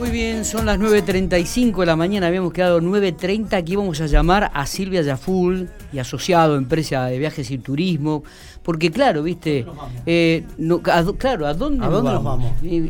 Muy bien, son las 9:35 de la mañana, habíamos quedado 9:30, aquí vamos a llamar a Silvia Yaful y asociado, empresa de viajes y turismo, porque claro, viste, ¿a dónde nos vamos?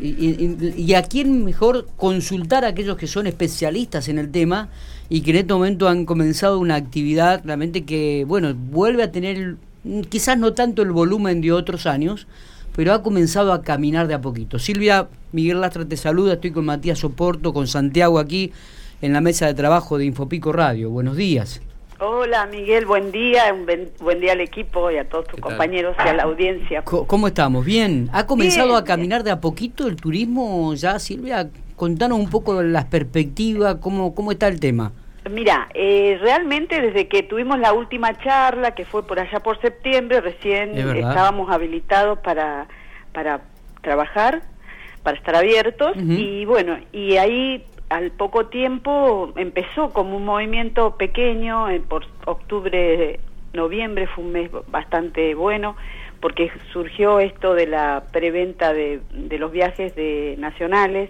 Y a quién mejor consultar a aquellos que son especialistas en el tema y que en este momento han comenzado una actividad realmente que, bueno, vuelve a tener quizás no tanto el volumen de otros años, pero ha comenzado a caminar de a poquito. Silvia, Miguel Lastra te saluda, estoy con Matías Oporto, con Santiago aquí en la mesa de trabajo de Infopico Radio. Buenos días. Hola Miguel, buen día, buen día al equipo y a todos tus compañeros y a la audiencia. ¿Cómo estamos? ¿Bien? ¿Ha comenzado Bien, a caminar de a poquito el turismo ya, Silvia? Contanos un poco las perspectivas, ¿cómo está el tema? Mira, realmente desde que tuvimos la última charla, que fue por allá por septiembre, recién estábamos habilitados para trabajar, para estar abiertos, y bueno, y ahí al poco tiempo empezó como un movimiento pequeño, por octubre, noviembre fue un mes bastante bueno, porque surgió esto de la preventa de los viajes nacionales.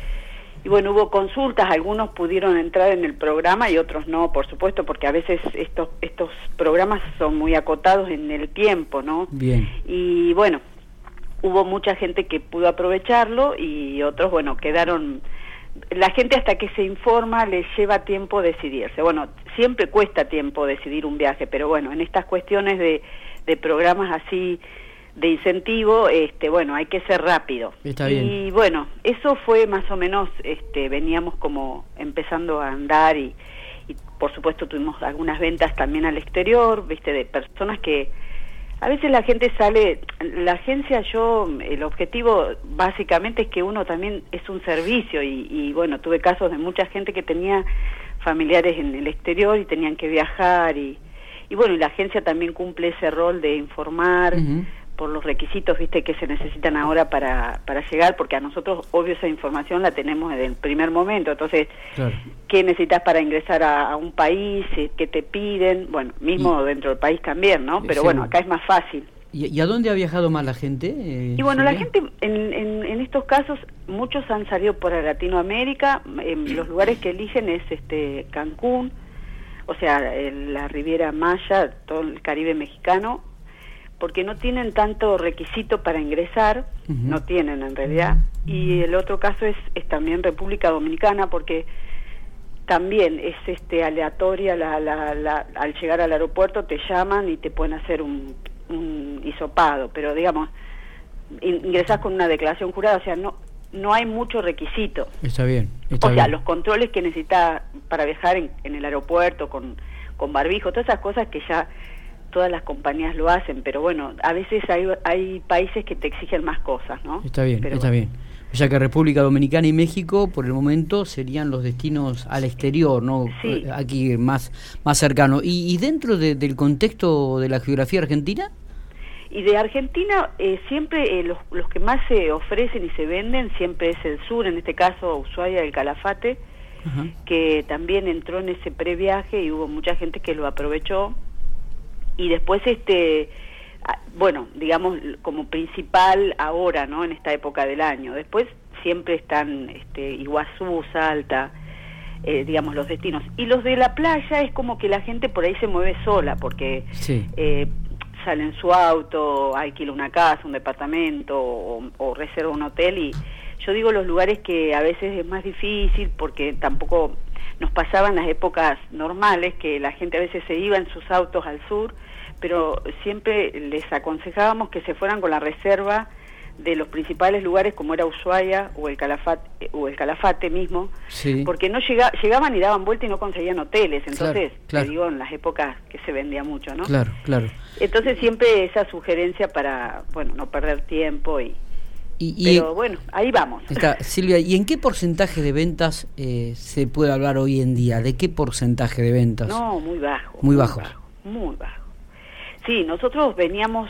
Y bueno, hubo consultas, algunos pudieron entrar en el programa y otros no, por supuesto, porque a veces estos programas son muy acotados en el tiempo, ¿no? Bien. Y bueno, hubo mucha gente que pudo aprovecharlo y otros, bueno, quedaron... La gente hasta que se informa les lleva tiempo decidirse. Bueno, siempre cuesta tiempo decidir un viaje, pero bueno, en estas cuestiones de programas así... de incentivo, bueno, hay que ser rápido. Está bien. Y bueno, eso fue más o menos, veníamos como empezando a andar y por supuesto tuvimos algunas ventas también al exterior, viste, de personas que a veces la gente sale, la agencia el objetivo básicamente es que uno también es un servicio y bueno, tuve casos de mucha gente que tenía familiares en el exterior y tenían que viajar y bueno, y la agencia también cumple ese rol de informar, por los requisitos, viste, que se necesitan ahora para llegar, porque a nosotros, obvio, esa información la tenemos desde el primer momento, entonces, claro. ¿Qué necesitas para ingresar a un país? ¿Qué te piden? Bueno, mismo dentro del país también, ¿no? Pero bueno, acá es más fácil. ¿Y a dónde ha viajado más la gente? Y bueno, la gente, en estos casos, muchos han salido por Latinoamérica, los lugares que eligen es Cancún, o sea, la Riviera Maya, todo el Caribe mexicano, porque no tienen tanto requisito para ingresar, no tienen en realidad, y el otro caso es también República Dominicana, porque también es aleatoria, al llegar al aeropuerto te llaman y te pueden hacer un hisopado, pero digamos, ingresás con una declaración jurada, o sea, no hay mucho requisito. Está bien. O sea, los controles que necesitas para viajar en el aeropuerto, con barbijo, todas esas cosas que ya... todas las compañías lo hacen, pero bueno, a veces hay países que te exigen más cosas, ¿no? Está bien, pero está bien. O sea que República Dominicana y México, por el momento, serían los destinos al exterior, ¿no? Sí. Aquí más cercano. ¿Y dentro del contexto de la geografía argentina? Y de Argentina, siempre los que más se ofrecen y se venden, siempre es el sur, en este caso Ushuaia del Calafate, que también entró en ese previaje y hubo mucha gente que lo aprovechó. Y después, bueno, digamos, como principal ahora, ¿no? En esta época del año. Después siempre están Iguazú, Salta, digamos, los destinos. Y los de la playa es como que la gente por ahí se mueve sola, porque sale en su auto, alquila una casa, un departamento o reserva un hotel. Y yo digo los lugares que a veces es más difícil porque tampoco... Nos pasaban las épocas normales que la gente a veces se iba en sus autos al sur, pero siempre les aconsejábamos que se fueran con la reserva de los principales lugares como era Ushuaia o el Calafate mismo, porque no llegaban y daban vuelta y no conseguían hoteles, entonces, claro. Te digo, en las épocas que se vendía mucho, ¿no? Claro. Entonces siempre esa sugerencia para, bueno, no perder tiempo pero bueno, ahí vamos. Silvia, ¿y en qué porcentaje de ventas se puede hablar hoy en día? ¿De qué porcentaje de ventas? No, muy bajo. Muy bajo. Muy bajo. Sí, nosotros veníamos,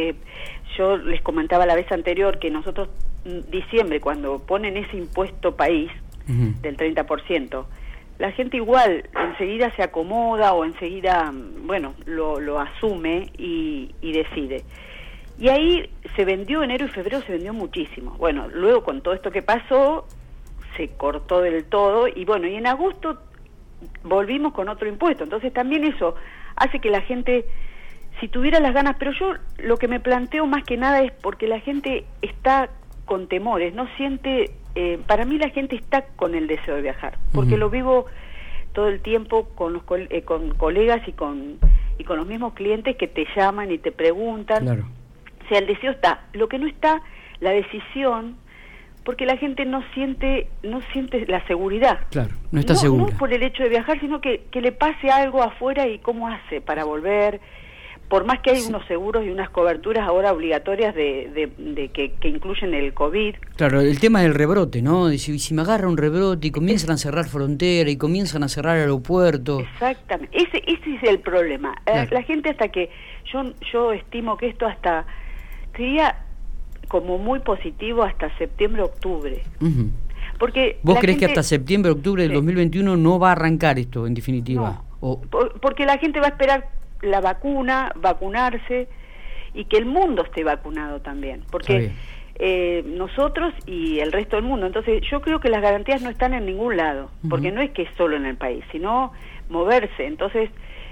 yo les comentaba la vez anterior que nosotros, diciembre, cuando ponen ese impuesto país del 30%, la gente igual enseguida se acomoda o enseguida, bueno, lo asume y decide. Y ahí se vendió, enero y febrero se vendió muchísimo. Bueno, luego con todo esto que pasó, se cortó del todo, y bueno, y en agosto volvimos con otro impuesto, entonces también eso hace que la gente, si tuviera las ganas, pero yo lo que me planteo más que nada es porque la gente está con temores, no siente, para mí la gente está con el deseo de viajar, porque lo vivo todo el tiempo con con colegas y con los mismos clientes que te llaman y te preguntan. Claro. O sea, el deseo está, lo que no está, la decisión, porque la gente no siente la seguridad. Claro, no está segura. No por el hecho de viajar, sino que le pase algo afuera y cómo hace para volver. Por más que hay unos seguros y unas coberturas ahora obligatorias que incluyen el COVID. Claro, el tema del rebrote, ¿no? Si me agarra un rebrote y comienzan a cerrar fronteras y comienzan a cerrar aeropuertos. Exactamente, ese es el problema. Claro. La gente hasta que, yo estimo que esto hasta, sería como muy positivo hasta septiembre, octubre. Porque ¿Vos creés que hasta septiembre, octubre del 2021 no va a arrancar esto, en definitiva? No, porque la gente va a esperar la vacuna, vacunarse, y que el mundo esté vacunado también, porque nosotros y el resto del mundo. Entonces yo creo que las garantías no están en ningún lado, porque no es que es solo en el país, sino moverse. Entonces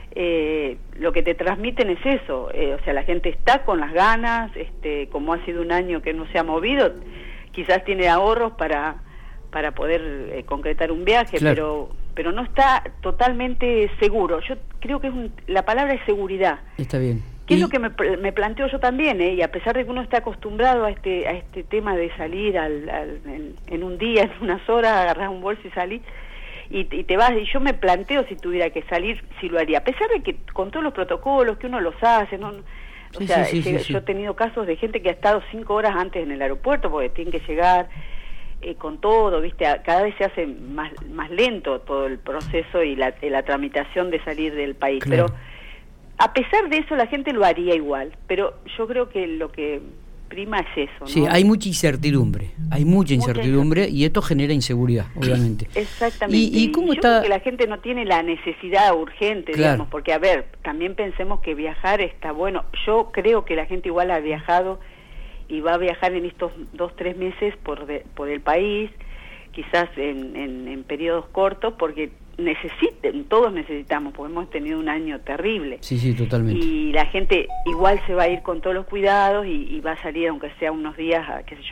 lo que te transmiten es eso, o sea, la gente está con las ganas, como ha sido un año que no se ha movido, quizás tiene ahorros para poder concretar un viaje, claro, pero no está totalmente seguro. Yo creo que la palabra es seguridad. Está bien. Que es lo que me planteo yo también, y a pesar de que uno está acostumbrado a este tema de salir en un día, en unas horas, agarrar un bolso y salir, y te vas, y yo me planteo si tuviera que salir, si lo haría, a pesar de que con todos los protocolos que uno los hace, ¿no? Yo he tenido casos de gente que ha estado 5 horas antes en el aeropuerto porque tienen que llegar con todo, ¿viste? Cada vez se hace más lento todo el proceso y la tramitación de salir del país, claro. Pero a pesar de eso la gente lo haría igual, pero yo creo que lo que prima es eso, ¿no? Sí, hay mucha incertidumbre, y esto genera inseguridad, obviamente. Exactamente. ¿Y cómo yo está? Creo que la gente no tiene la necesidad urgente, claro, digamos, porque a ver, también pensemos que viajar está bueno. Yo creo que la gente igual ha viajado y va a viajar en estos 2-3 meses por el país, quizás en periodos cortos, porque todos necesitamos, porque hemos tenido un año terrible. Sí, totalmente. Y la gente igual se va a ir con todos los cuidados y va a salir, aunque sea unos días,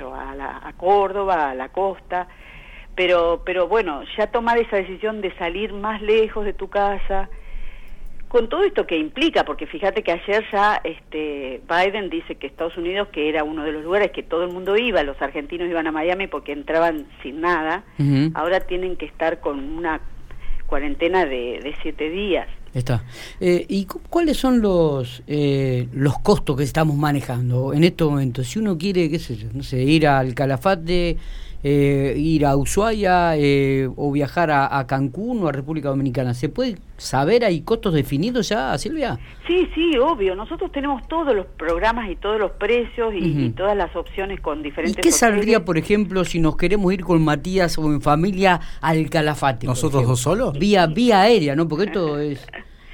a Córdoba, a la costa, pero bueno, ya tomar esa decisión de salir más lejos de tu casa, con todo esto que implica, porque fíjate que ayer ya Biden dice que Estados Unidos, que era uno de los lugares que todo el mundo iba, los argentinos iban a Miami porque entraban sin nada, ahora tienen que estar con una cuarentena de 7 días. Está. ¿Y cuáles son los costos que estamos manejando en estos momentos? Si uno quiere, qué sé yo, no sé, ir al Calafate, ir a Ushuaia o viajar a Cancún o a República Dominicana, ¿se puede saber? ¿Hay costos definidos ya, Silvia? Sí, obvio. Nosotros tenemos todos los programas y todos los precios y todas las opciones con diferentes. ¿Y qué hoteles. saldría, por ejemplo, si nos queremos ir con Matías o en familia al Calafate? ¿Nosotros dos solos? Vía aérea, ¿no? Porque esto es...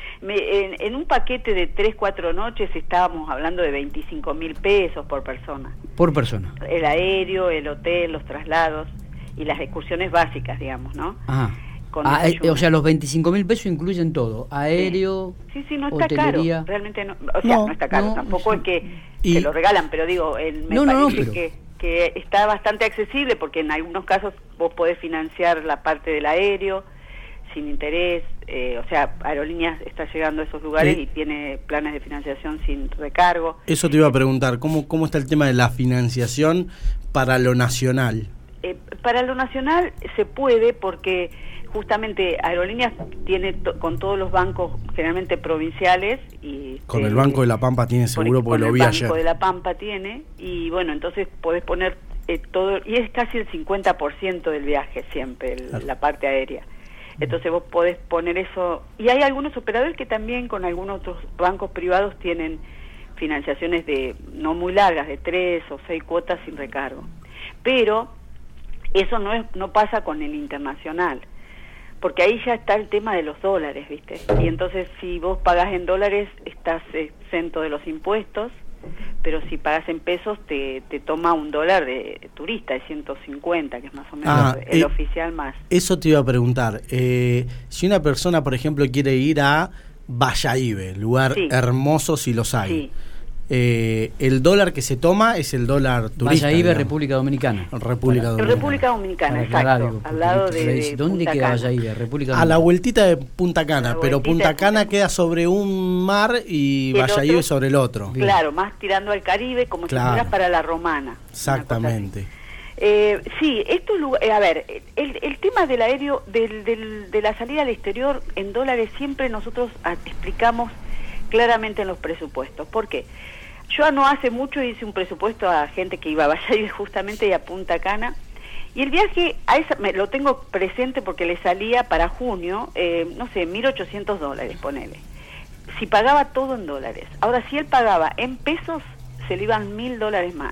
En un paquete de 3-4 noches estábamos hablando de 25.000 pesos por persona. Por persona. El aéreo, el hotel, los traslados y las excursiones básicas, digamos, ¿no? Ajá. O sea, los 25.000 pesos incluyen todo, aéreo, sí, no está hotelería. caro, realmente no, o sea, no está caro, tampoco es que te lo regalan, pero digo, me parece que está bastante accesible, porque en algunos casos vos podés financiar la parte del aéreo sin interés, o sea, Aerolíneas está llegando a esos lugares y tiene planes de financiación sin recargo. Eso te iba a preguntar, ¿cómo está el tema de la financiación para lo nacional? Para lo nacional se puede, porque justamente Aerolíneas tiene con todos los bancos generalmente provinciales y con el Banco de la Pampa tiene seguro, porque lo vi ayer. El Banco de la Pampa tiene, y bueno, entonces podés poner todo, y es casi el 50% del viaje siempre, la parte aérea. Entonces vos podés poner eso, y hay algunos operadores que también con algunos otros bancos privados tienen financiaciones no muy largas, de 3 o 6 cuotas sin recargo. Pero eso no pasa con el internacional, porque ahí ya está el tema de los dólares, ¿viste? Y entonces si vos pagás en dólares estás exento de los impuestos, pero si pagas en pesos te toma $1 de turista, de 150, que es más o menos el oficial más. Eso te iba a preguntar. Si una persona, por ejemplo, quiere ir a Bayahíbe, lugar hermoso si los hay, el dólar que se toma es el dólar turista. Bayahíbe, República Dominicana. República Dominicana, exacto. Al lado de ¿Dónde queda Bayahíbe? República Dominicana. A la vueltita de Punta Cana, pero Punta Cana queda sobre un mar y Bayahíbe sobre el otro. Claro, más tirando al Caribe, como si fueras para la Romana. Exactamente. Sí, estos lugares, a ver, el tema del aéreo, de la salida al exterior en dólares, siempre nosotros explicamos claramente en los presupuestos. ¿Por qué? Yo no hace mucho hice un presupuesto a gente que iba a Bayahíbe justamente y a Punta Cana, y el viaje lo tengo presente porque le salía para junio, no sé, $1.800, ponele. Si pagaba todo en dólares. Ahora, si él pagaba en pesos, se le iban $1.000 más.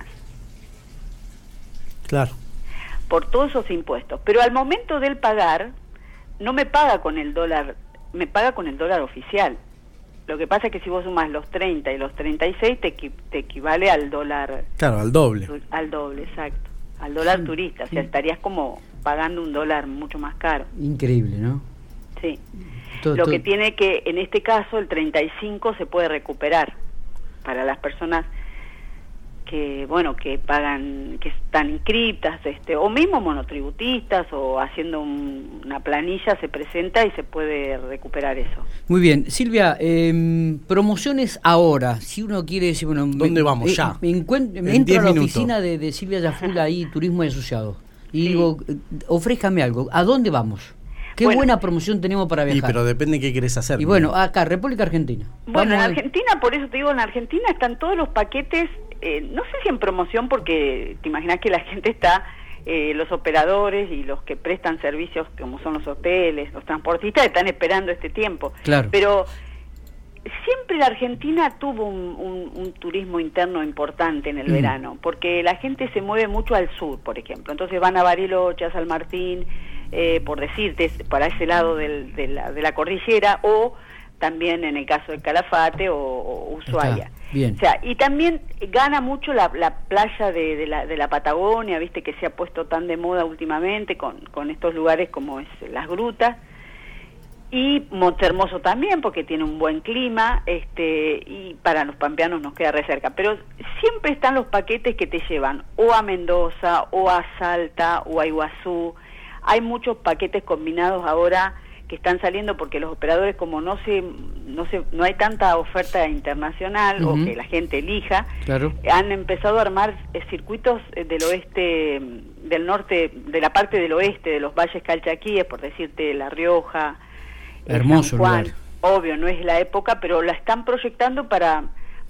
Claro. Por todos esos impuestos. Pero al momento de él pagar, no me paga con el dólar, me paga con el dólar oficial. Lo que pasa es que si vos sumas los 30 y los 36, te equivale al dólar... Claro, al doble. Al doble, exacto. Al dólar turista. O sea, estarías como pagando un dólar mucho más caro. Increíble, ¿no? Sí. Lo que tiene que, en este caso, el 35 se puede recuperar para las personas que, bueno, que pagan, que están inscritas, o mismo monotributistas, o haciendo una planilla, se presenta y se puede recuperar eso. Muy bien. Silvia, promociones ahora. Si uno quiere decir, bueno, ¿dónde vamos ya? Me entro a la oficina de Silvia Yaful, ahí, Turismo y Asociados, y digo, ofrézcame algo. ¿A dónde vamos? Qué buena promoción tenemos para viajar. Pero depende qué querés hacer. Y bueno, acá, República Argentina. Bueno, en Argentina, por eso te digo, en Argentina están todos los paquetes, no sé si en promoción, porque te imaginas que la gente está, los operadores y los que prestan servicios, como son los hoteles, los transportistas, están esperando este tiempo. Claro. Pero siempre la Argentina tuvo un turismo interno importante en el verano, porque la gente se mueve mucho al sur, por ejemplo. Entonces van a Bariloche, a San Martín, por decirte, para ese lado de la cordillera, o también en el caso del Calafate o Ushuaia. Bien. O sea, y también gana mucho la playa de la Patagonia, viste, que se ha puesto tan de moda últimamente con estos lugares como es las grutas. Y Montehermoso también, porque tiene un buen clima, y para los pampeanos nos queda re cerca. Pero siempre están los paquetes que te llevan o a Mendoza, o a Salta, o a Iguazú. Hay muchos paquetes combinados ahora que están saliendo porque los operadores, como no hay tanta oferta internacional, o que la gente elija, claro, han empezado a armar circuitos del oeste, del norte, de la parte del oeste, de los valles calchaquíes, por decirte, La Rioja, hermoso San Juan. Lugar. Obvio, no es la época, pero la están proyectando para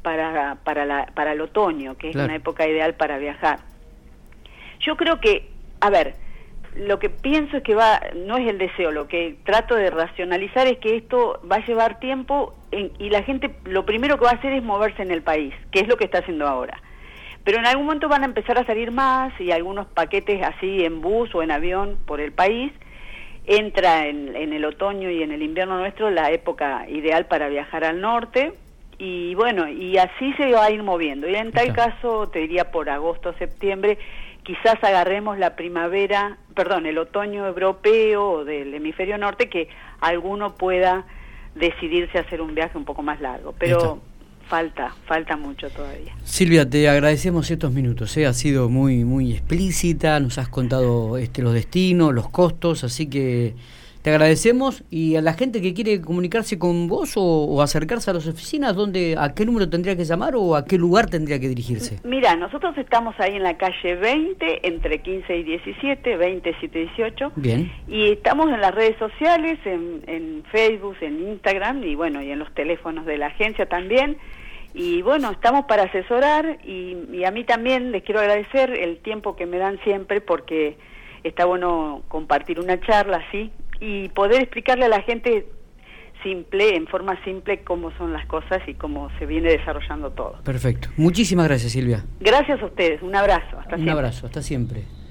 el otoño, que es una época ideal para viajar. Yo creo que, a ver, lo que pienso es que no es el deseo, lo que trato de racionalizar es que esto va a llevar tiempo y la gente lo primero que va a hacer es moverse en el país, que es lo que está haciendo ahora. Pero en algún momento van a empezar a salir más y algunos paquetes así en bus o en avión por el país. Entra en el otoño y en el invierno nuestro la época ideal para viajar al norte, y bueno, y así se va a ir moviendo. Y en tal caso, te diría por agosto, septiembre, quizás agarremos el otoño europeo o del hemisferio norte, que alguno pueda decidirse a hacer un viaje un poco más largo, pero falta mucho todavía. Silvia, te agradecemos estos minutos, ha sido muy muy explícita, nos has contado los destinos, los costos, así que te agradecemos. Y a la gente que quiere comunicarse con vos o acercarse a las oficinas, ¿a qué número tendría que llamar o a qué lugar tendría que dirigirse? Mira, nosotros estamos ahí en la calle 20, entre 15 y 17, 20, 7, 18. Bien. Y estamos en las redes sociales, en Facebook, en Instagram, y bueno, y en los teléfonos de la agencia también. Y bueno, estamos para asesorar, y a mí también les quiero agradecer el tiempo que me dan siempre, porque está bueno compartir una charla así y poder explicarle a la gente en forma simple, cómo son las cosas y cómo se viene desarrollando todo. Perfecto. Muchísimas gracias, Silvia. Gracias a ustedes. Un abrazo. Hasta siempre. Un abrazo. Hasta siempre.